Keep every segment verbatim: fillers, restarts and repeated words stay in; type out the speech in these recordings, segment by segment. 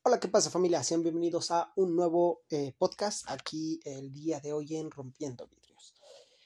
Hola, ¿qué pasa, familia? Sean bienvenidos a un nuevo eh, podcast aquí el día de hoy en Rompiendo Vidrios.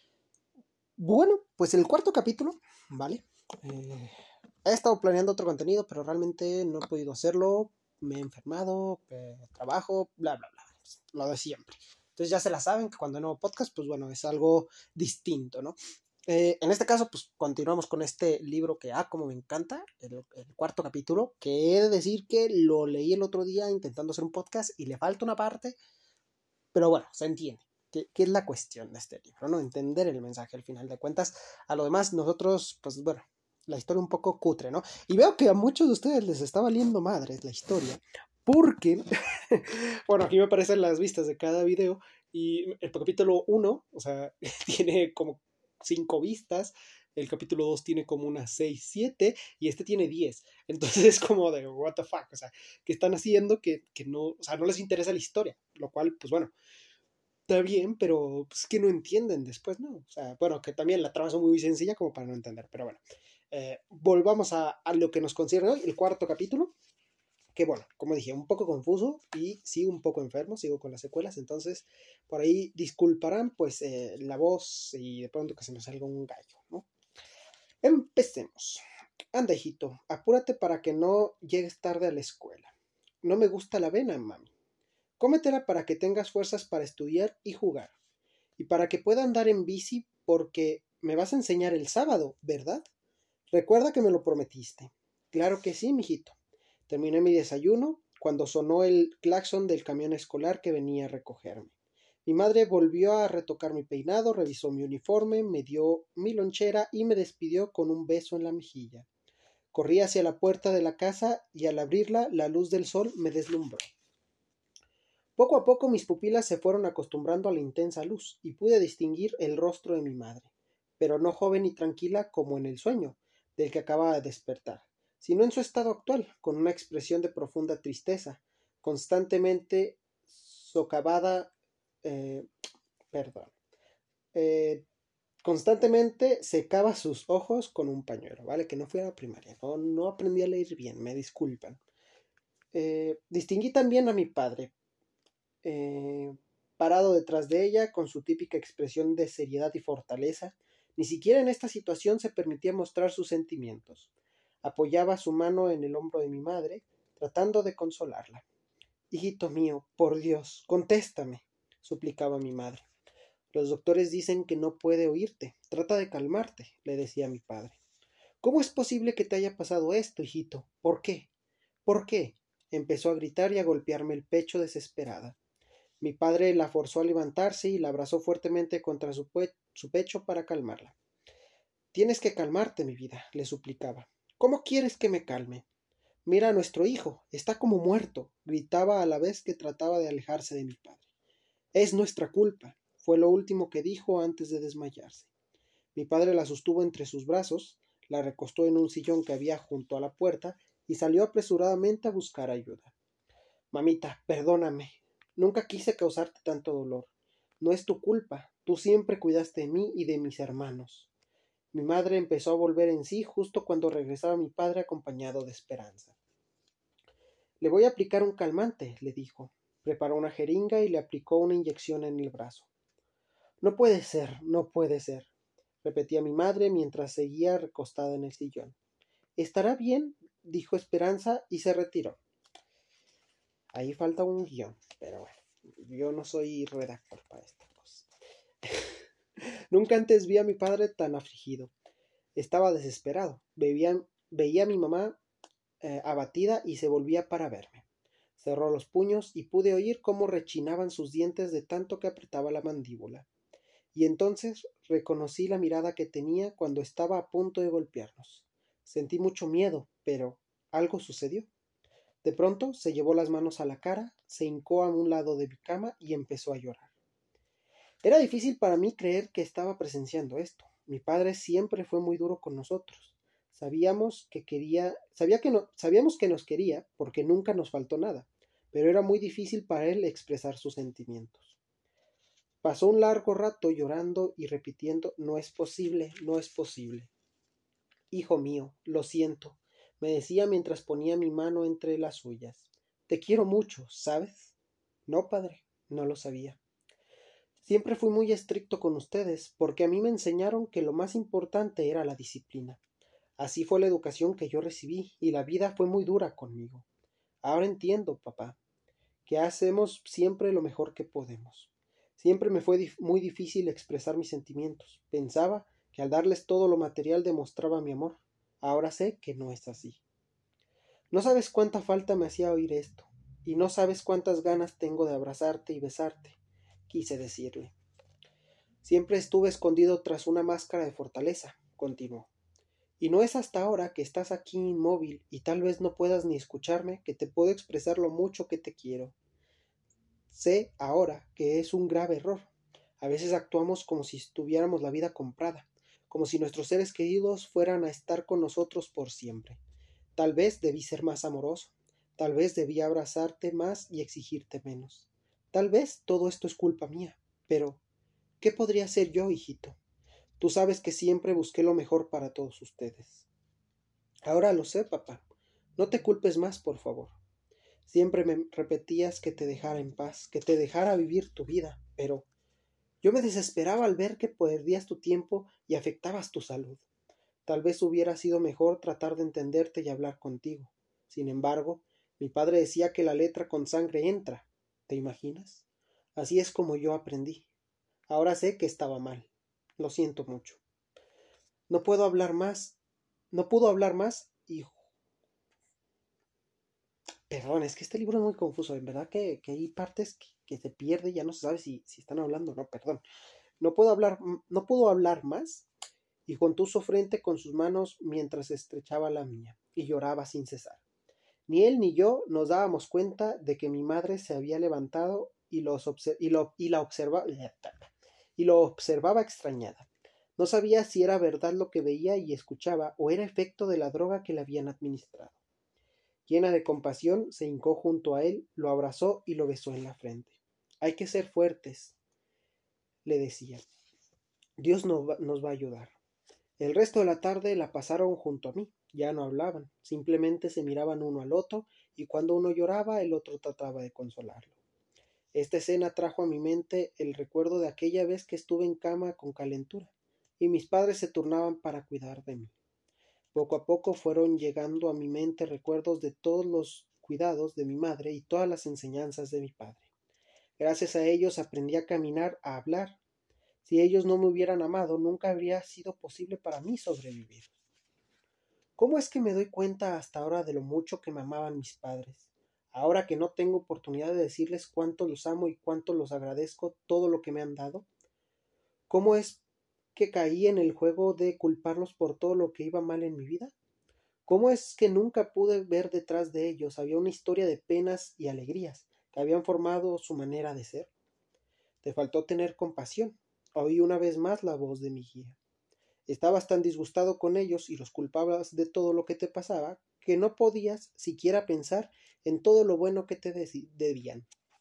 Bueno, pues el cuarto capítulo, ¿vale? Eh, he estado planeando otro contenido, pero realmente no he podido hacerlo. Me he enfermado, eh, trabajo, bla, bla, bla. Lo de siempre. Entonces ya se la saben que cuando hay nuevo podcast, pues bueno, es algo distinto, ¿no? Eh, en este caso, pues continuamos con este libro que, ah, como me encanta, el, el cuarto capítulo, que he de decir que lo leí el otro día intentando hacer un podcast y le falta una parte, pero bueno, se entiende. ¿Qué, qué es la cuestión de este libro? ¿No? Entender el mensaje al final de cuentas. A lo demás, nosotros, pues bueno, la historia un poco cutre, ¿no? Y veo que a muchos de ustedes les está valiendo madres la historia, porque, bueno, aquí me aparecen las vistas de cada video y el capítulo uno, o sea, tiene como cinco vistas, el capítulo dos tiene como unas seis, siete y este tiene diez. Entonces es como de, what the fuck, o sea, ¿qué están haciendo que, que no, o sea, no les interesa la historia? Lo cual, pues bueno, está bien, pero pues que no entienden después, ¿no? O sea, bueno, que también la trama es muy sencilla como para no entender, pero bueno. Eh, volvamos a, a lo que nos concierne hoy, el cuarto capítulo, que bueno, como dije, un poco confuso y sigo un poco enfermo, sigo con las secuelas, entonces por ahí disculparán pues eh, la voz y de pronto que se me salga un gallo, ¿no? Empecemos. Anda, hijito, apúrate para que no llegues tarde a la escuela. No me gusta la avena, mami. Cómetela para que tengas fuerzas para estudiar y jugar. Y para que pueda andar en bici porque me vas a enseñar el sábado, ¿verdad? Recuerda que me lo prometiste. Claro que sí, mijito. Terminé mi desayuno cuando sonó el claxon del camión escolar que venía a recogerme. Mi madre volvió a retocar mi peinado, revisó mi uniforme, me dio mi lonchera y me despidió con un beso en la mejilla. Corrí hacia la puerta de la casa y al abrirla la luz del sol me deslumbró. Poco a poco mis pupilas se fueron acostumbrando a la intensa luz y pude distinguir el rostro de mi madre, pero no joven y tranquila como en el sueño del que acababa de despertar, sino en su estado actual, con una expresión de profunda tristeza, constantemente socavada, eh, perdón, eh, constantemente secaba sus ojos con un pañuelo, ¿vale? Que no fui a la primaria, no, no aprendí a leer bien, me disculpan. Eh, distinguí también a mi padre, eh, parado detrás de ella, con su típica expresión de seriedad y fortaleza. Ni siquiera en esta situación se permitía mostrar sus sentimientos. Apoyaba su mano en el hombro de mi madre, tratando de consolarla. Hijito mío, por Dios, contéstame, suplicaba mi madre. Los doctores dicen que no puede oírte. Trata de calmarte, le decía mi padre. ¿Cómo es posible que te haya pasado esto, hijito? ¿Por qué? ¿Por qué? Empezó a gritar y a golpearme el pecho desesperada. Mi padre la forzó a levantarse y la abrazó fuertemente contra su, pe su pecho para calmarla. Tienes que calmarte, mi vida, le suplicaba. ¿Cómo quieres que me calme? Mira a nuestro hijo, está como muerto, gritaba a la vez que trataba de alejarse de mi padre. Es nuestra culpa, fue lo último que dijo antes de desmayarse. Mi padre la sostuvo entre sus brazos, la recostó en un sillón que había junto a la puerta y salió apresuradamente a buscar ayuda. Mamita, perdóname. Nunca quise causarte tanto dolor. No es tu culpa. Tú siempre cuidaste de mí y de mis hermanos. Mi madre empezó a volver en sí justo cuando regresaba mi padre acompañado de Esperanza. Le voy a aplicar un calmante, le dijo. Preparó una jeringa y le aplicó una inyección en el brazo. No puede ser, no puede ser, repetía mi madre mientras seguía recostada en el sillón. Estará bien, dijo Esperanza y se retiró. Ahí falta un guión, pero bueno, yo no soy redactor para esta cosa. Nunca antes vi a mi padre tan afligido. Estaba desesperado. Veía, veía a mi mamá eh, abatida y se volvía para verme. Cerró los puños y pude oír cómo rechinaban sus dientes de tanto que apretaba la mandíbula. Y entonces reconocí la mirada que tenía cuando estaba a punto de golpearnos. Sentí mucho miedo, pero algo sucedió. De pronto se llevó las manos a la cara, se hincó a un lado de mi cama y empezó a llorar. Era difícil para mí creer que estaba presenciando esto. Mi padre siempre fue muy duro con nosotros. Sabíamos que quería, sabía que no, sabíamos que nos quería porque nunca nos faltó nada, pero era muy difícil para él expresar sus sentimientos. Pasó un largo rato llorando y repitiendo, no es posible, no es posible. Hijo mío, lo siento, me decía mientras ponía mi mano entre las suyas, Te quiero mucho, ¿sabes? No, padre, no lo sabía. Siempre fui muy estricto con ustedes, porque a mí me enseñaron que lo más importante era la disciplina. Así fue la educación que yo recibí, y la vida fue muy dura conmigo. Ahora entiendo, papá, que hacemos siempre lo mejor que podemos. Siempre me fue dif- muy difícil expresar mis sentimientos. Pensaba que al darles todo lo material demostraba mi amor. Ahora sé que no es así. No sabes cuánta falta me hacía oír esto, y no sabes cuántas ganas tengo de abrazarte y besarte, quise decirle. Siempre estuve escondido tras una máscara de fortaleza, continuó. Y no es hasta ahora que estás aquí inmóvil y tal vez no puedas ni escucharme que te puedo expresar lo mucho que te quiero. Sé ahora que es un grave error. A veces actuamos como si tuviéramos la vida comprada, como si nuestros seres queridos fueran a estar con nosotros por siempre. Tal vez debí ser más amoroso, tal vez debí abrazarte más y exigirte menos. Tal vez todo esto es culpa mía, pero ¿qué podría hacer yo, hijito? Tú sabes que siempre busqué lo mejor para todos ustedes. Ahora lo sé, papá. No te culpes más, por favor. Siempre me repetías que te dejara en paz, que te dejara vivir tu vida, pero yo me desesperaba al ver que perdías tu tiempo y afectabas tu salud. Tal vez hubiera sido mejor tratar de entenderte y hablar contigo. Sin embargo, mi padre decía que la letra con sangre entra. ¿Te imaginas? Así es como yo aprendí. Ahora sé que estaba mal. Lo siento mucho. No puedo hablar más. No pudo hablar más y... Perdón, es que este libro es muy confuso. En verdad que, que hay partes que, que se pierde y ya no se sabe si, si están hablando o no. Perdón. No puedo hablar, no pudo hablar más y juntó su frente con sus manos mientras estrechaba la mía y lloraba sin cesar. Ni él ni yo nos dábamos cuenta de que mi madre se había levantado y, los y, lo, y la observa y lo observaba extrañada. No sabía si era verdad lo que veía y escuchaba o era efecto de la droga que le habían administrado. Llena de compasión, se hincó junto a él, lo abrazó y lo besó en la frente. Hay que ser fuertes, le decía. Dios nos va, nos va a ayudar. El resto de la tarde la pasaron junto a mí. Ya no hablaban, simplemente se miraban uno al otro y cuando uno lloraba el otro trataba de consolarlo. Esta escena trajo a mi mente el recuerdo de aquella vez que estuve en cama con calentura y mis padres se turnaban para cuidar de mí. Poco a poco fueron llegando a mi mente recuerdos de todos los cuidados de mi madre y todas las enseñanzas de mi padre. Gracias a ellos aprendí a caminar, a hablar. Si ellos no me hubieran amado, nunca habría sido posible para mí sobrevivir. ¿Cómo es que me doy cuenta hasta ahora de lo mucho que me amaban mis padres? Ahora que no tengo oportunidad de decirles cuánto los amo y cuánto los agradezco todo lo que me han dado. ¿Cómo es que caí en el juego de culparlos por todo lo que iba mal en mi vida? ¿Cómo es que nunca pude ver detrás de ellos? Había una historia de penas y alegrías que habían formado su manera de ser. Te faltó tener compasión. Oí una vez más la voz de mi guía. Estabas tan disgustado con ellos y los culpabas de todo lo que te pasaba que no podías siquiera pensar en todo lo bueno que te debían.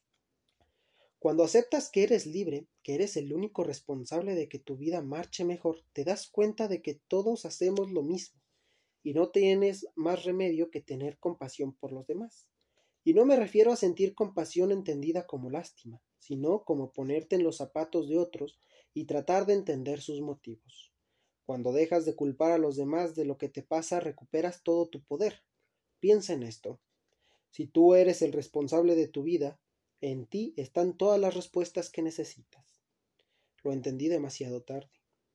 Cuando aceptas que eres libre, que eres el único responsable de que tu vida marche mejor, te das cuenta de que todos hacemos lo mismo y no tienes más remedio que tener compasión por los demás. Y no me refiero a sentir compasión entendida como lástima, sino como ponerte en los zapatos de otros y tratar de entender sus motivos. Cuando dejas de culpar a los demás de lo que te pasa, recuperas todo tu poder. Piensa en esto. Si tú eres el responsable de tu vida, en ti están todas las respuestas que necesitas. Lo entendí demasiado tarde.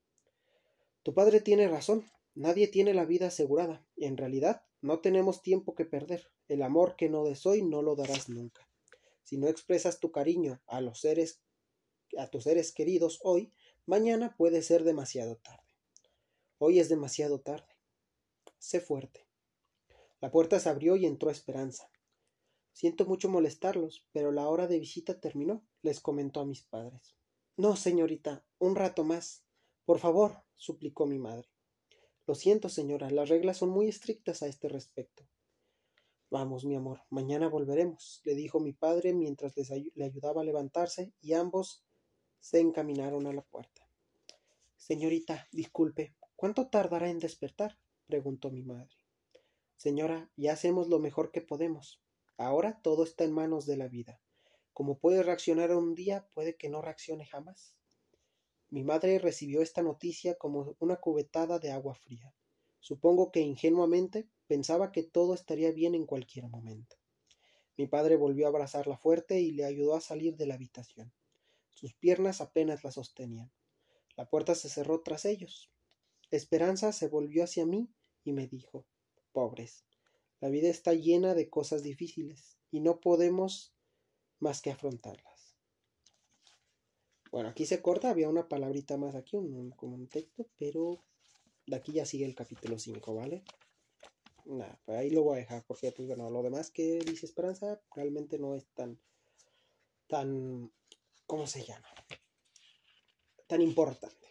Tu padre tiene razón. Nadie tiene la vida asegurada. En realidad, no tenemos tiempo que perder. El amor que no des hoy no lo darás nunca. Si no expresas tu cariño a los seres, a tus seres queridos hoy, mañana puede ser demasiado tarde. Hoy es demasiado tarde. Sé fuerte. La puerta se abrió y entró Esperanza. Siento mucho molestarlos, pero la hora de visita terminó, les comentó a mis padres. No, señorita, un rato más. Por favor, suplicó mi madre. Lo siento, señora, las reglas son muy estrictas a este respecto. Vamos, mi amor, mañana volveremos, le dijo mi padre mientras les ay- le ayudaba a levantarse y ambos se encaminaron a la puerta. Señorita, disculpe, ¿cuánto tardará en despertar?, preguntó mi madre. Señora, ya hacemos lo mejor que podemos. Ahora todo está en manos de la vida. Como puede reaccionar un día, puede que no reaccione jamás. Mi madre recibió esta noticia como una cubetada de agua fría. Supongo que ingenuamente pensaba que todo estaría bien en cualquier momento. Mi padre volvió a abrazarla fuerte y le ayudó a salir de la habitación. Sus piernas apenas la sostenían. La puerta se cerró tras ellos. Esperanza se volvió hacia mí y me dijo: pobres, la vida está llena de cosas difíciles y no podemos más que afrontarlas. Bueno, aquí se corta, había una palabrita más aquí, un, un, como un texto, pero de aquí ya sigue el capítulo cinco, ¿vale? Nada, pues ahí lo voy a dejar porque, pues bueno, lo demás que dice Esperanza realmente no es tan, tan, ¿cómo se llama? Tan importante.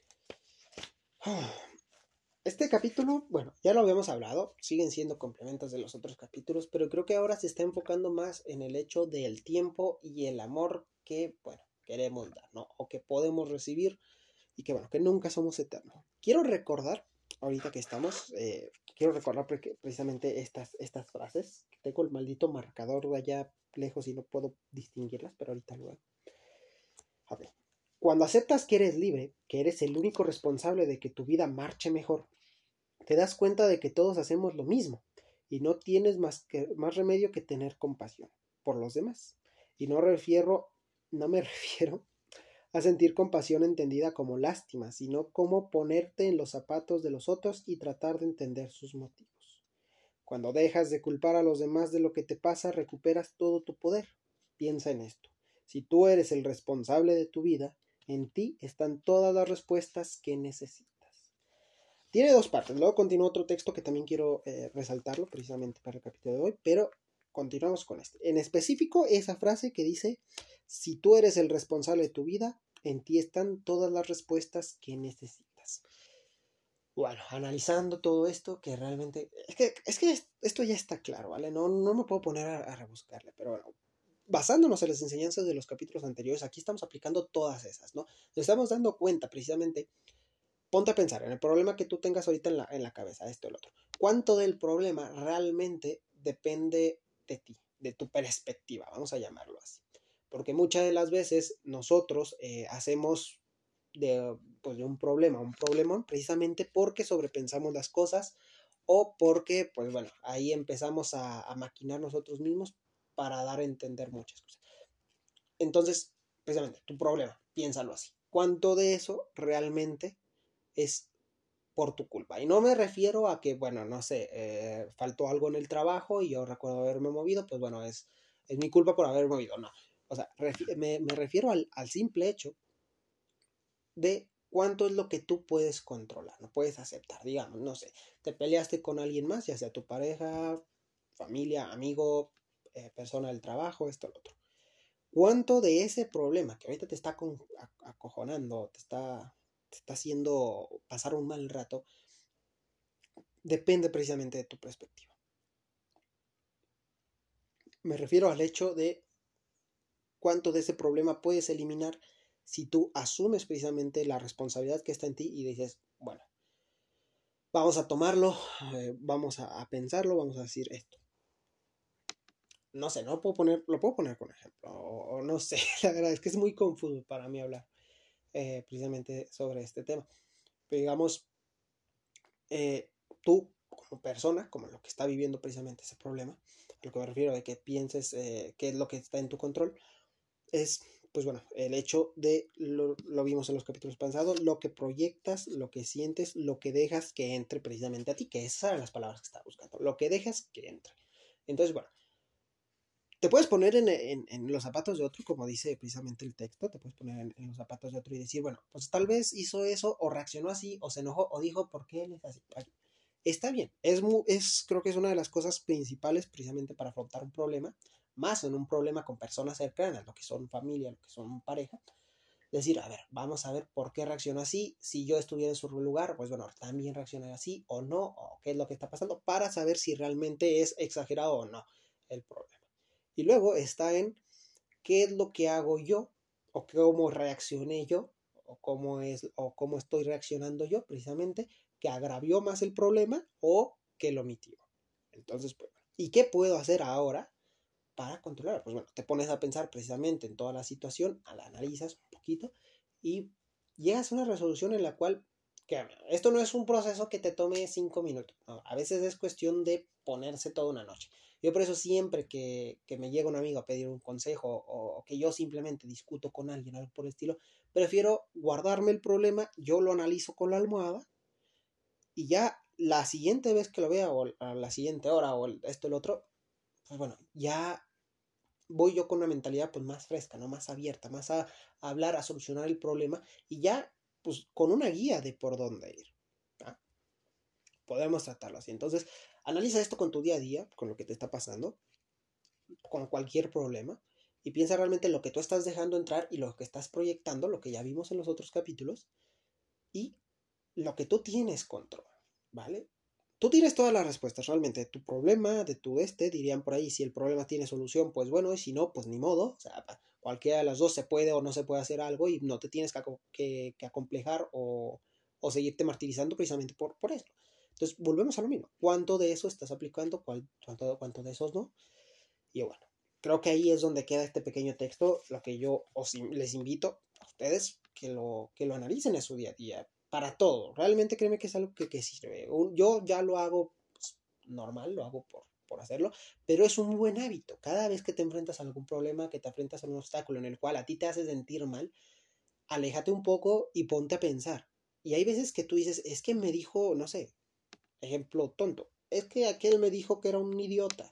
Este capítulo, bueno, ya lo habíamos hablado, siguen siendo complementos de los otros capítulos, pero creo que ahora se está enfocando más en el hecho del tiempo y el amor que, bueno, queremos dar, ¿no? O que podemos recibir y que, bueno, que nunca somos eternos. Quiero recordar, ahorita que estamos, eh, quiero recordar precisamente estas, estas frases. Tengo el maldito marcador de allá lejos y no puedo distinguirlas, pero ahorita luego. A ver. Cuando aceptas que eres libre, que eres el único responsable de que tu vida marche mejor, te das cuenta de que todos hacemos lo mismo y no tienes más, que, más remedio que tener compasión por los demás. Y no refiero, no me refiero a sentir compasión entendida como lástima, sino como ponerte en los zapatos de los otros y tratar de entender sus motivos. Cuando dejas de culpar a los demás de lo que te pasa, recuperas todo tu poder. Piensa en esto. Si tú eres el responsable de tu vida, en ti están todas las respuestas que necesitas. Tiene dos partes. Luego continúa otro texto que también quiero eh, resaltarlo precisamente para el capítulo de hoy, pero continuamos con este. En específico, esa frase que dice: si tú eres el responsable de tu vida, en ti están todas las respuestas que necesitas. Bueno, analizando todo esto, que realmente... Es que, es que esto ya está claro, ¿vale? No, no me puedo poner a, a rebuscarle, pero bueno, basándonos en las enseñanzas de los capítulos anteriores, aquí estamos aplicando todas esas, ¿no? Nos estamos dando cuenta precisamente. Ponte a pensar en el problema que tú tengas ahorita en la, en la cabeza, esto y el otro. ¿Cuánto del problema realmente depende de ti, de tu perspectiva? Vamos a llamarlo así. Porque muchas de las veces nosotros eh, hacemos de, pues de un problema un problemón precisamente porque sobrepensamos las cosas o porque, pues bueno, ahí empezamos a, a maquinar nosotros mismos para dar a entender muchas cosas. Entonces, precisamente, tu problema, piénsalo así. ¿Cuánto de eso realmente es por tu culpa? Y no me refiero a que, bueno, no sé, eh, faltó algo en el trabajo y yo recuerdo haberme movido, pues bueno, es, es mi culpa por haberme movido. No, o sea, refi- me, me refiero al, al simple hecho de cuánto es lo que tú puedes controlar, no puedes aceptar. Digamos, no sé, te peleaste con alguien más, ya sea tu pareja, familia, amigo, eh, persona del trabajo, esto, lo otro. ¿Cuánto de ese problema que ahorita te está acojonando, te está, te está haciendo pasar un mal rato, depende precisamente de tu perspectiva? Me refiero al hecho de cuánto de ese problema puedes eliminar si tú asumes precisamente la responsabilidad que está en ti y dices, bueno, vamos a tomarlo, eh, vamos a, a pensarlo, vamos a decir esto. No sé, no puedo poner, lo puedo poner con ejemplo, o, o no sé, la verdad es que es muy confuso para mí hablar eh, precisamente sobre este tema. Pero digamos, eh, tú como persona, como lo que está viviendo precisamente ese problema, a lo que me refiero de que pienses eh, qué es lo que está en tu control, es, pues bueno, el hecho de, lo, lo vimos en los capítulos pasados, lo que proyectas, lo que sientes, lo que dejas que entre precisamente a ti, que esas eran las palabras que estaba buscando, lo que dejas que entre. Entonces, bueno, te puedes poner en, en, en los zapatos de otro, como dice precisamente el texto, te puedes poner en, en los zapatos de otro y decir, bueno, pues tal vez hizo eso, o reaccionó así, o se enojó, o dijo, ¿por qué él es así? Está bien, es, muy, es creo que es una de las cosas principales precisamente para afrontar un problema, más en un problema con personas cercanas, lo que son familia, lo que son pareja. Decir, a ver, vamos a ver por qué reaccionó así. Si yo estuviera en su lugar, pues bueno, también reaccionaría así o no, o qué es lo que está pasando, para saber si realmente es exagerado o no el problema. Y luego está en qué es lo que hago yo, o cómo reaccioné yo, o cómo es, o cómo estoy reaccionando yo, precisamente, que agravió más el problema o que lo mitió. Entonces, pues, ¿y qué puedo hacer ahora para controlar? Pues bueno, te pones a pensar precisamente en toda la situación, la analizas un poquito y llegas a una resolución en la cual, que esto no es un proceso que te tome cinco minutos, no, a veces es cuestión de ponerse toda una noche. Yo por eso siempre que, que me llega un amigo a pedir un consejo o, o que yo simplemente discuto con alguien, algo por el estilo, prefiero guardarme el problema, yo lo analizo con la almohada y ya la siguiente vez que lo vea o a la siguiente hora o el, esto el otro, pues bueno, ya voy yo con una mentalidad pues más fresca, ¿no? Más abierta, más a, a hablar, a solucionar el problema y ya pues con una guía de por dónde ir. ¿Ah? Podemos tratarlo así. Entonces, analiza esto con tu día a día, con lo que te está pasando, con cualquier problema y piensa realmente en lo que tú estás dejando entrar y lo que estás proyectando, lo que ya vimos en los otros capítulos y lo que tú tienes control, ¿vale? Tú tienes todas las respuestas realmente de tu problema, de tu este, dirían por ahí, si el problema tiene solución, pues bueno, y si no, pues ni modo, o sea, cualquiera de las dos se puede o no se puede hacer algo y no te tienes que, que, que acomplejar o, o seguirte martirizando precisamente por, por eso. Entonces, volvemos a lo mismo. ¿Cuánto de eso estás aplicando? ¿Cuánto, cuánto de esos no? Y bueno, creo que ahí es donde queda este pequeño texto, lo que yo os, les invito a ustedes que lo, que lo analicen en su día a día, para todo. Realmente créeme que es algo que, que sirve. Yo ya lo hago pues, normal, lo hago por, por hacerlo, pero es un buen hábito. Cada vez que te enfrentas a algún problema, que te enfrentas a un obstáculo en el cual a ti te hace sentir mal, aléjate un poco y ponte a pensar. Y hay veces que tú dices, es que me dijo, no sé, ejemplo tonto, es que aquel me dijo que era un idiota.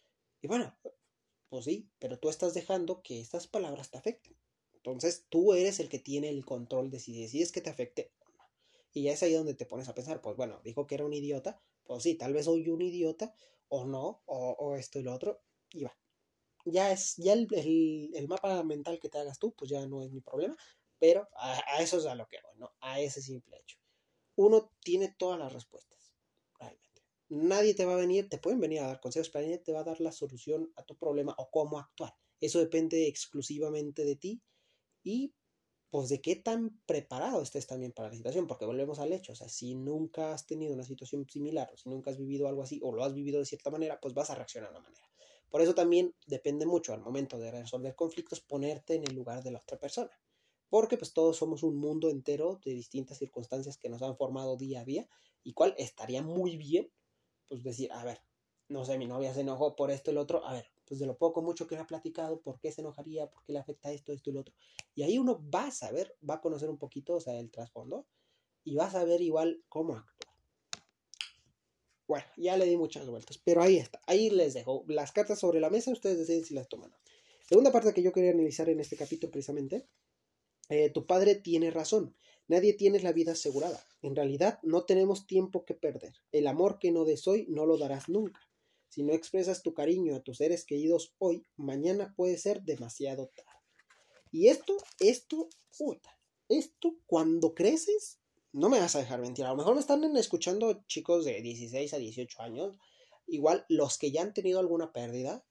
Y bueno, pues sí, pero tú estás dejando que estas palabras te afecten. Entonces tú eres el que tiene el control de si decides que te afecte o no. Y ya es ahí donde te pones a pensar, pues bueno, dijo que era un idiota, pues sí, tal vez soy un idiota o no, o, o esto y lo otro, y va. Ya es, ya el, el, el, mapa mental que te hagas tú, pues ya no es mi problema, pero a, a eso es a lo que voy, ¿no? A ese simple hecho. Uno tiene todas las respuestas, realmente. Nadie te va a venir, te pueden venir a dar consejos, pero nadie te va a dar la solución a tu problema o cómo actuar. Eso depende exclusivamente de ti y pues de qué tan preparado estés también para la situación, porque volvemos al hecho, o sea, si nunca has tenido una situación similar o si nunca has vivido algo así o lo has vivido de cierta manera, pues vas a reaccionar de una manera. Por eso también depende mucho al momento de resolver conflictos ponerte en el lugar de la otra persona, porque pues todos somos un mundo entero de distintas circunstancias que nos han formado día a día y cual estaría muy bien pues decir, a ver, no sé, mi novia se enojó por esto y lo otro, a ver, pues de lo poco mucho que me ha platicado, ¿por qué se enojaría? ¿Por qué le afecta esto, esto y lo otro? Y ahí uno va a saber, va a conocer un poquito, o sea, el trasfondo, y va a saber igual cómo actuar. Bueno, ya le di muchas vueltas, pero ahí está, ahí les dejo las cartas sobre la mesa, ustedes deciden si las toman. Segunda parte que yo quería analizar en este capítulo precisamente, eh, tu padre tiene razón, nadie tiene la vida asegurada, en realidad no tenemos tiempo que perder, el amor que no des hoy no lo darás nunca. Si no expresas tu cariño a tus seres queridos hoy, mañana puede ser demasiado tarde. Y esto, esto, puta, esto cuando creces, no me vas a dejar mentir. A lo mejor me están escuchando chicos de dieciséis a dieciocho años. Igual los que ya han tenido alguna pérdida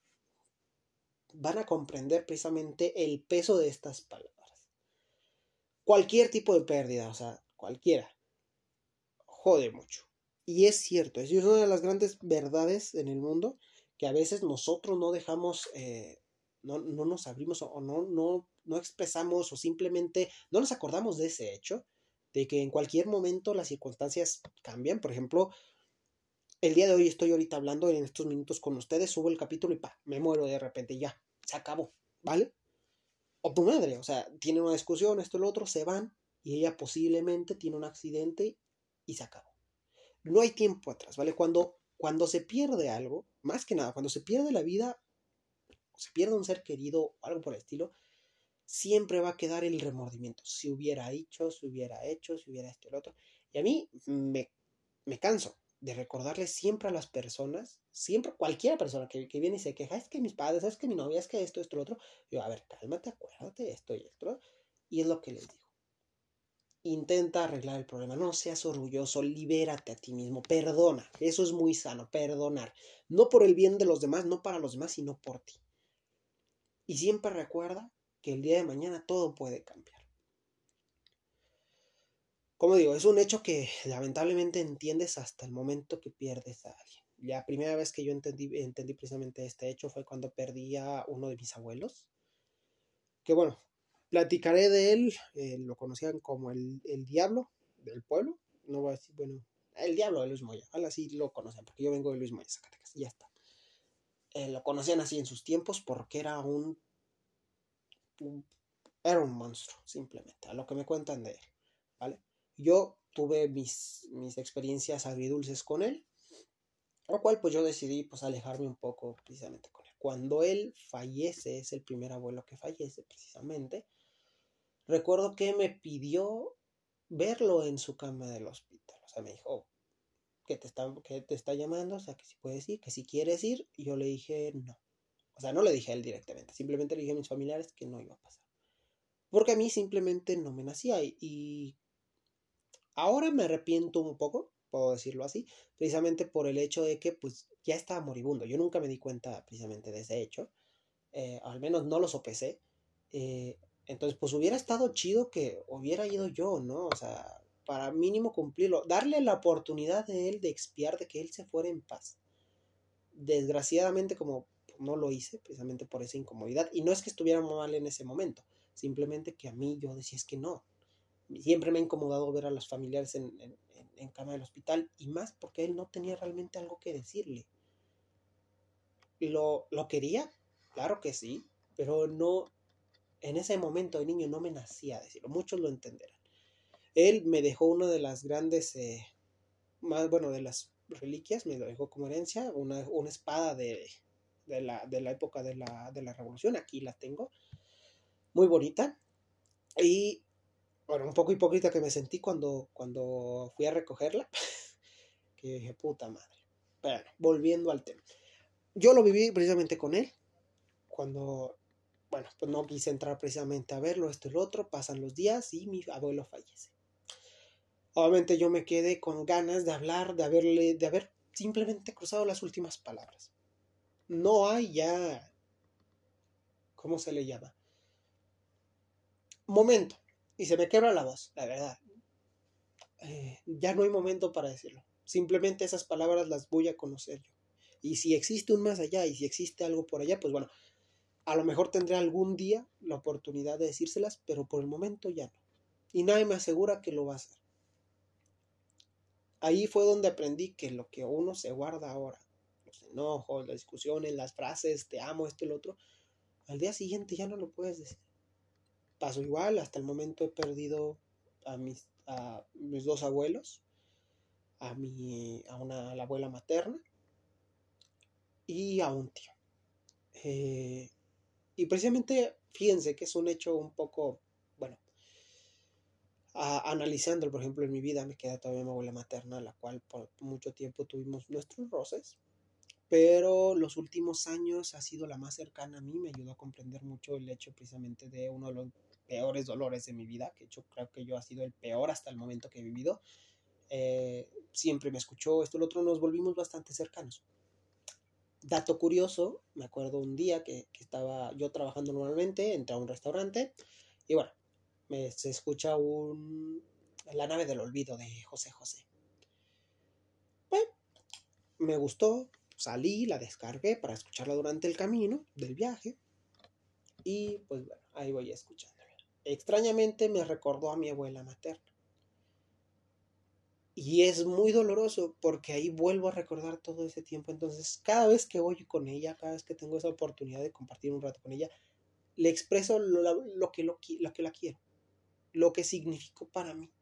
van a comprender precisamente el peso de estas palabras. Cualquier tipo de pérdida, o sea, cualquiera, jode mucho. Y es cierto, es una de las grandes verdades en el mundo que a veces nosotros no dejamos, eh, no, no nos abrimos o no, no, no expresamos o simplemente no nos acordamos de ese hecho, de que en cualquier momento las circunstancias cambian. Por ejemplo, el día de hoy estoy ahorita hablando en estos minutos con ustedes, subo el capítulo y pa, me muero de repente, ya, se acabó, ¿vale? O tu madre, o sea, tiene una discusión, esto y lo otro, se van y ella posiblemente tiene un accidente y se acabó. No hay tiempo atrás, ¿vale? Cuando, cuando se pierde algo, más que nada, cuando se pierde la vida, o se pierde un ser querido o algo por el estilo, siempre va a quedar el remordimiento. Si hubiera dicho, si hubiera hecho, si hubiera esto y lo otro. Y a mí me, me canso de recordarle siempre a las personas, siempre, cualquier persona que, que viene y se queja, es que mis padres, es que mi novia, es que esto, esto, lo otro. Yo, a ver, cálmate, acuérdate, esto y esto. Y es lo que les digo. Intenta arreglar el problema, no seas orgulloso, libérate a ti mismo, perdona, eso es muy sano, perdonar, no por el bien de los demás, no para los demás, sino por ti. Y siempre recuerda que el día de mañana todo puede cambiar. Como digo, es un hecho que lamentablemente entiendes hasta el momento que pierdes a alguien. la primera vez que yo entendí, entendí precisamente este hecho fue cuando perdí a uno de mis abuelos, que bueno, platicaré de él, eh, lo conocían como el, el diablo del pueblo, no voy a decir, bueno, el diablo de Luis Moya, algo así lo conocían, porque yo vengo de Luis Moya, Zacatecas, y ya está. Eh, lo conocían así en sus tiempos porque era un, un, era un monstruo, simplemente, a lo que me cuentan de él, ¿vale? Yo tuve mis, mis experiencias agridulces con él, lo cual pues yo decidí pues alejarme un poco precisamente con él. Cuando él fallece, es el primer abuelo que fallece precisamente, recuerdo que me pidió verlo en su cama del hospital. O sea, me dijo que te está, que te está llamando, o sea, que si puedes ir, que si quieres ir. Y yo le dije no. O sea, no le dije a él directamente, simplemente le dije a mis familiares que no iba a pasar. Porque a mí simplemente no me nacía. Y, y ahora me arrepiento un poco, puedo decirlo así, precisamente por el hecho de que pues ya estaba moribundo. Yo nunca me di cuenta precisamente de ese hecho. Eh, al menos no lo sopesé. Eh, entonces, pues hubiera estado chido que hubiera ido yo, ¿no? O sea, para mínimo cumplirlo, darle la oportunidad de él de expiar, de que él se fuera en paz. Desgraciadamente, como no lo hice, precisamente por esa incomodidad, y no es que estuviera mal en ese momento, simplemente que a mí yo decía es que no. Siempre me ha incomodado ver a los familiares en, en, en cama del hospital, y más porque él no tenía realmente algo que decirle. ¿Lo, lo quería? Claro que sí, pero no, en ese momento de niño no me nacía decirlo, muchos lo entenderán. Él me dejó una de las grandes, eh, más bueno, de las reliquias, me lo dejó como herencia, una, una espada de, de, la, de la época de la, de la revolución, aquí la tengo, muy bonita, y bueno, un poco hipócrita que me sentí cuando, cuando fui a recogerla, que dije, puta madre. Pero bueno, volviendo al tema. Yo lo viví precisamente con él, cuando, bueno, pues no quise entrar precisamente a verlo, esto y lo otro, pasan los días y mi abuelo fallece. Obviamente yo me quedé con ganas de hablar, de haberle, de haber simplemente cruzado las últimas palabras. No hay ya, ¿cómo se le llama? Momento. Y se me quebra la voz, la verdad. Eh, ya no hay momento para decirlo. Simplemente esas palabras las voy a conocer yo. Y si existe un más allá y si existe algo por allá, pues bueno, a lo mejor tendré algún día la oportunidad de decírselas, pero por el momento ya no. Y nadie me asegura que lo va a hacer. Ahí fue donde aprendí que lo que uno se guarda ahora, los enojos, las discusiones, las frases, te amo, esto y lo otro, al día siguiente ya no lo puedes decir. Pasó igual, hasta el momento he perdido a mis, a mis dos abuelos, a, mi, a, una, a la abuela materna y a un tío. Eh, y precisamente, fíjense que es un hecho un poco, bueno, a, analizándolo, por ejemplo, en mi vida me queda todavía mi abuela materna, la cual por mucho tiempo tuvimos nuestros roces, pero los últimos años ha sido la más cercana a mí, me ayudó a comprender mucho el hecho precisamente de uno de los peores dolores de mi vida, que yo creo que yo ha sido el peor hasta el momento que he vivido. Eh, siempre me escuchó, esto y lo otro, nos volvimos bastante cercanos. Dato curioso, me acuerdo un día que, que estaba yo trabajando normalmente, entré a un restaurante y bueno, me, se escucha un, La nave del olvido de José José. Bueno, me gustó, salí, la descargué para escucharla durante el camino del viaje y pues bueno, ahí voy escuchándola. Extrañamente me recordó a mi abuela materna. Y es muy doloroso porque ahí vuelvo a recordar todo ese tiempo. Entonces, cada vez que voy con ella, cada vez que tengo esa oportunidad de compartir un rato con ella, le expreso lo, lo, que, lo, lo que la quiero, lo que significó para mí.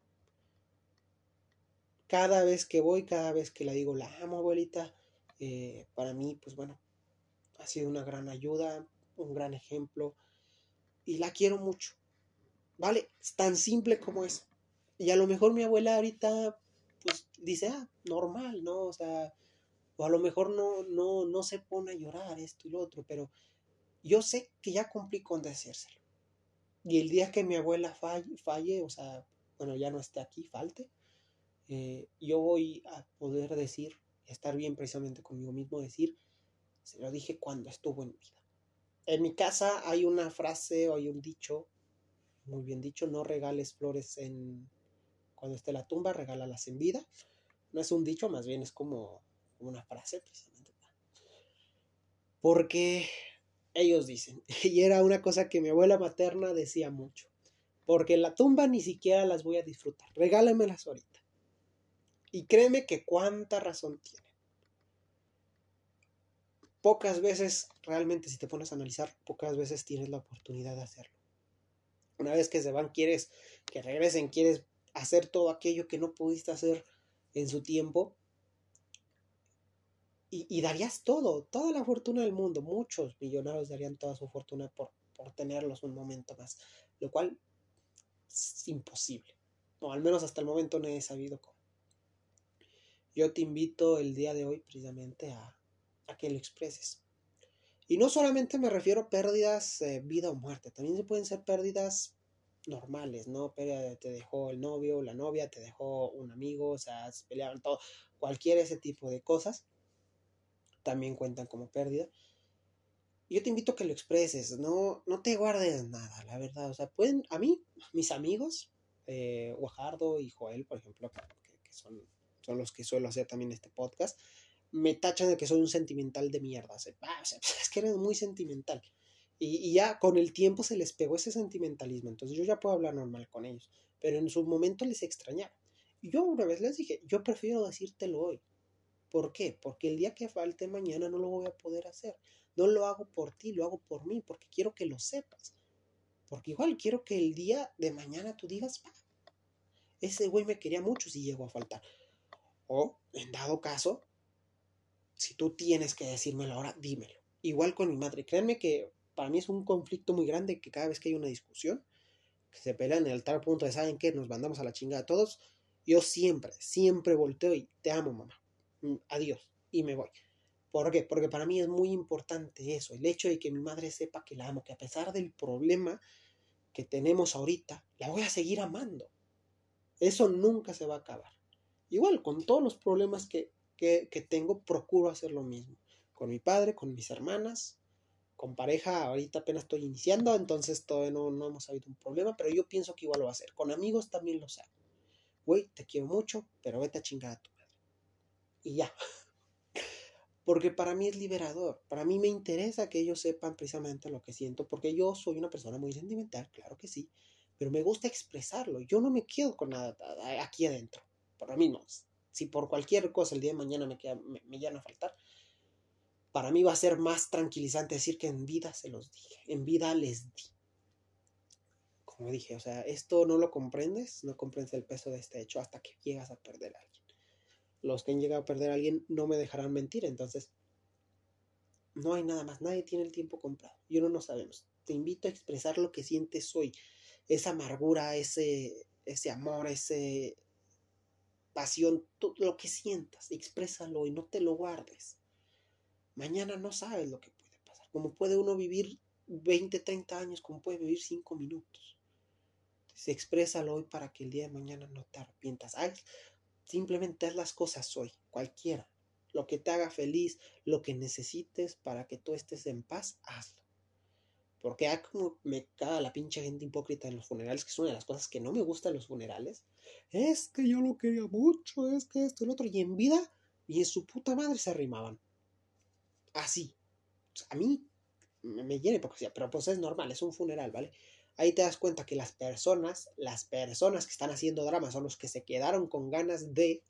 Cada vez que voy, cada vez que la digo, la amo, abuelita, eh, para mí, pues bueno, ha sido una gran ayuda, un gran ejemplo, y la quiero mucho, ¿vale? Es tan simple como eso. Y a lo mejor mi abuela ahorita, pues dice, ah, normal, ¿no? O sea, o a lo mejor no, no, no se pone a llorar esto y lo otro, pero yo sé que ya cumplí con decírselo. Y el día que mi abuela falle, falle o sea, bueno, ya no esté aquí, falte, eh, yo voy a poder decir, estar bien precisamente conmigo mismo, decir, se lo dije cuando estuvo en vida. En mi casa hay una frase o hay un dicho, muy bien dicho, no regales flores en cuando esté la tumba, regálalas en vida. No es un dicho, más bien es como como una frase precisamente. Porque ellos dicen, y era una cosa que mi abuela materna decía mucho, porque en la tumba ni siquiera las voy a disfrutar, regálamelas ahorita. Y créeme que cuánta razón tiene. Pocas veces, realmente si te pones a analizar, pocas veces tienes la oportunidad de hacerlo. Una vez que se van, quieres que regresen, quieres hacer todo aquello que no pudiste hacer en su tiempo. Y, y darías todo, toda la fortuna del mundo. Muchos millonarios darían toda su fortuna por, por tenerlos un momento más. Lo cual es imposible. O al menos hasta el momento no he sabido cómo. Yo te invito el día de hoy precisamente a, a que lo expreses. Y no solamente me refiero a pérdidas eh, vida o muerte. También se pueden ser pérdidas normales, ¿no? Pérdida de, te dejó el novio, la novia, te dejó un amigo, o sea, se pelearon todo. Cualquier ese tipo de cosas también cuentan como pérdida. Yo te invito a que lo expreses, no, no te guardes nada, la verdad. O sea, pueden, a mí, mis amigos, eh, Guajardo y Joel, por ejemplo, que, que son, son los que suelo hacer también este podcast, me tachan de que soy un sentimental de mierda. O sea, ah, o sea, es que eres muy sentimental. Y, y ya con el tiempo se les pegó ese sentimentalismo. Entonces yo ya puedo hablar normal con ellos. Pero en su momento les extrañaba. Y yo una vez les dije, yo prefiero decírtelo hoy. ¿Por qué? Porque el día que falte mañana no lo voy a poder hacer. No lo hago por ti, lo hago por mí, porque quiero que lo sepas. Porque igual quiero que el día de mañana tú digas, pa, ese güey me quería mucho si llegó a faltar. O, en dado caso, si tú tienes que decírmelo ahora, dímelo. Igual con mi madre. Créanme que para mí es un conflicto muy grande que cada vez que hay una discusión, que se pelean en el tal punto de, ¿saben qué? Nos mandamos a la chingada todos. Yo siempre, siempre volteo y te amo, mamá. Adiós. Y me voy. ¿Por qué? Porque para mí es muy importante eso, el hecho de que mi madre sepa que la amo, que a pesar del problema que tenemos ahorita, la voy a seguir amando. Eso nunca se va a acabar. Igual, con todos los problemas que, que, que tengo, procuro hacer lo mismo. Con mi padre, con mis hermanas, con pareja, ahorita apenas estoy iniciando, entonces todavía no, no hemos habido un problema, pero yo pienso que igual lo va a hacer. Con amigos también lo sé. Güey, te quiero mucho, pero vete a chingar a tu madre. Y ya. Porque para mí es liberador, para mí me interesa que ellos sepan precisamente lo que siento, porque yo soy una persona muy sentimental, claro que sí, pero me gusta expresarlo, yo no me quedo con nada aquí adentro, para mí no, si por cualquier cosa el día de mañana me, queda, me, me llegan a faltar, para mí va a ser más tranquilizante decir que en vida se los dije, en vida les di. Como dije, o sea, esto no lo comprendes, no comprendes el peso de este hecho hasta que llegas a perder a alguien. Los que han llegado a perder a alguien no me dejarán mentir, entonces no hay nada más, nadie tiene el tiempo comprado y uno no sabemos. Te invito a expresar lo que sientes hoy, esa amargura, ese, ese amor, ese pasión, todo lo que sientas, exprésalo y no te lo guardes. Mañana no sabes lo que puede pasar, como puede uno vivir veinte, treinta años, como puede vivir cinco minutos. Entonces, exprésalo hoy para que el día de mañana no te arrepientas. Haz, simplemente haz las cosas hoy, cualquiera. Lo que te haga feliz, lo que necesites para que tú estés en paz, hazlo. Porque hay como me caga la pinche gente hipócrita en los funerales, que es una de las cosas que no me gusta en los funerales. Es que yo lo quería mucho, es que esto y lo otro. Y en vida, y en su puta madre se arrimaban. Así. O sea, a mí me, me llena hipocresía, pero pues es normal, es un funeral, ¿vale? Ahí te das cuenta que las personas, las personas que están haciendo drama son los que se quedaron con ganas de...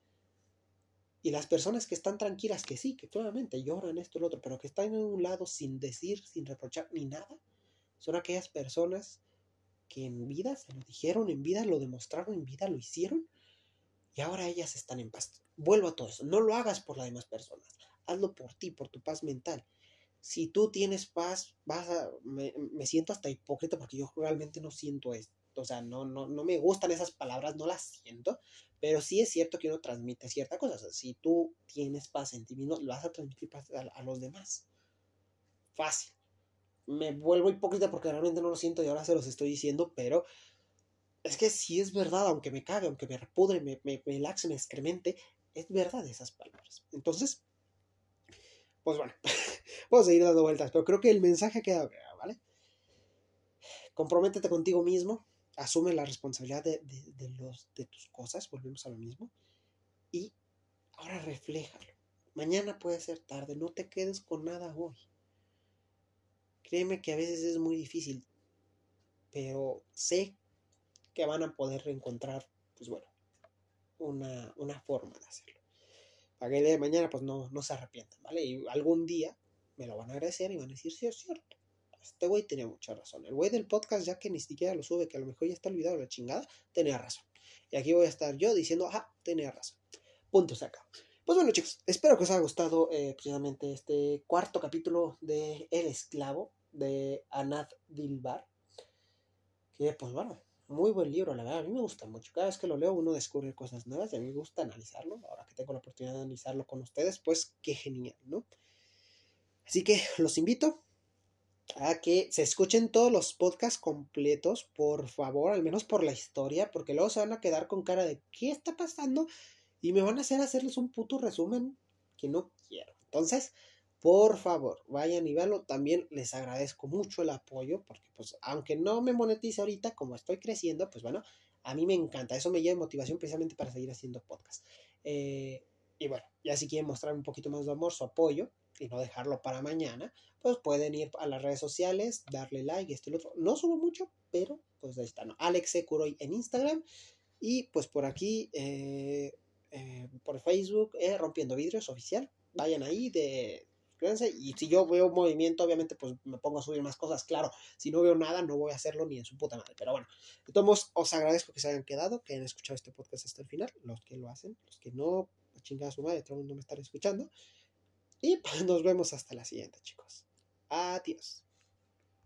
Y las personas que están tranquilas, que sí, que claramente lloran esto y lo otro, pero que están en un lado sin decir, sin reprochar ni nada, son aquellas personas que en vida se lo dijeron, en vida lo demostraron, en vida lo hicieron, y ahora ellas están en paz. Vuelvo a todo eso, no lo hagas por las demás personas, hazlo por ti, por tu paz mental. Si tú tienes paz, vas a... Me, me siento hasta hipócrita porque yo realmente no siento esto. O sea, no, no, no me gustan esas palabras, no las siento, pero sí es cierto que uno transmite ciertas cosas. O sea, si tú tienes paz en ti mismo, lo vas a transmitir paz a, a los demás. Fácil. Me vuelvo hipócrita porque realmente no lo siento y ahora se los estoy diciendo, pero es que sí es verdad, aunque me cague, aunque me repudre, me, me, me laxe, me excremente, es verdad esas palabras. Entonces, pues bueno, puedo seguir dando vueltas, pero creo que el mensaje queda claro, ¿vale? Comprométete contigo mismo, asume la responsabilidad de, de, de, los, de tus cosas, volvemos a lo mismo, y ahora refléjalo. mañana puede ser tarde, no te quedes con nada hoy. Créeme que a veces es muy difícil, pero sé que van a poder reencontrar, pues bueno, una, una forma de hacerlo. Para que el día de mañana, pues no, no se arrepientan, ¿vale? Y algún día me lo van a agradecer y van a decir, sí, es cierto. Este güey tenía mucha razón. El güey del podcast, ya que ni siquiera lo sube, que a lo mejor ya está olvidado la chingada, tenía razón. Y aquí voy a estar yo diciendo, ajá, tenía razón. Punto, se acaba. Pues bueno, chicos, espero que os haya gustado eh, precisamente este cuarto capítulo de El Esclavo de Anat Dilbar. Que, pues bueno, muy buen libro, la verdad. A mí me gusta mucho. Cada vez que lo leo, uno descubre cosas nuevas y a mí me gusta analizarlo. Ahora que tengo la oportunidad de analizarlo con ustedes, pues qué genial, ¿no? Así que los invito a que se escuchen todos los podcasts completos, por favor, al menos por la historia, porque luego se van a quedar con cara de ¿qué está pasando? Y me van a hacer hacerles un puto resumen que no quiero. Entonces, por favor, vayan y véanlo. También les agradezco mucho el apoyo, porque pues aunque no me monetice ahorita, como estoy creciendo, pues bueno, a mí me encanta. Eso me lleva motivación precisamente para seguir haciendo podcast. Eh, y bueno, ya si quieren mostrar un poquito más de amor, su apoyo, y no dejarlo para mañana, pues pueden ir a las redes sociales, darle like, esto y lo otro. No subo mucho, pero pues ahí está, ¿no? Alex E. Kuroy en Instagram. Y pues por aquí, eh, eh, por Facebook, eh, Rompiendo Vidrios Oficial. Vayan ahí, de, suscríbanse. Y si yo veo un movimiento, obviamente, pues me pongo a subir más cosas. Claro, si no veo nada, no voy a hacerlo ni en su puta madre. Pero bueno, de todos modos, os agradezco que se hayan quedado, que hayan escuchado este podcast hasta el final. Los que lo hacen, los que no, a chingada a su madre, todo el mundo me estará escuchando. Y pues nos vemos hasta la siguiente, chicos. Adiós.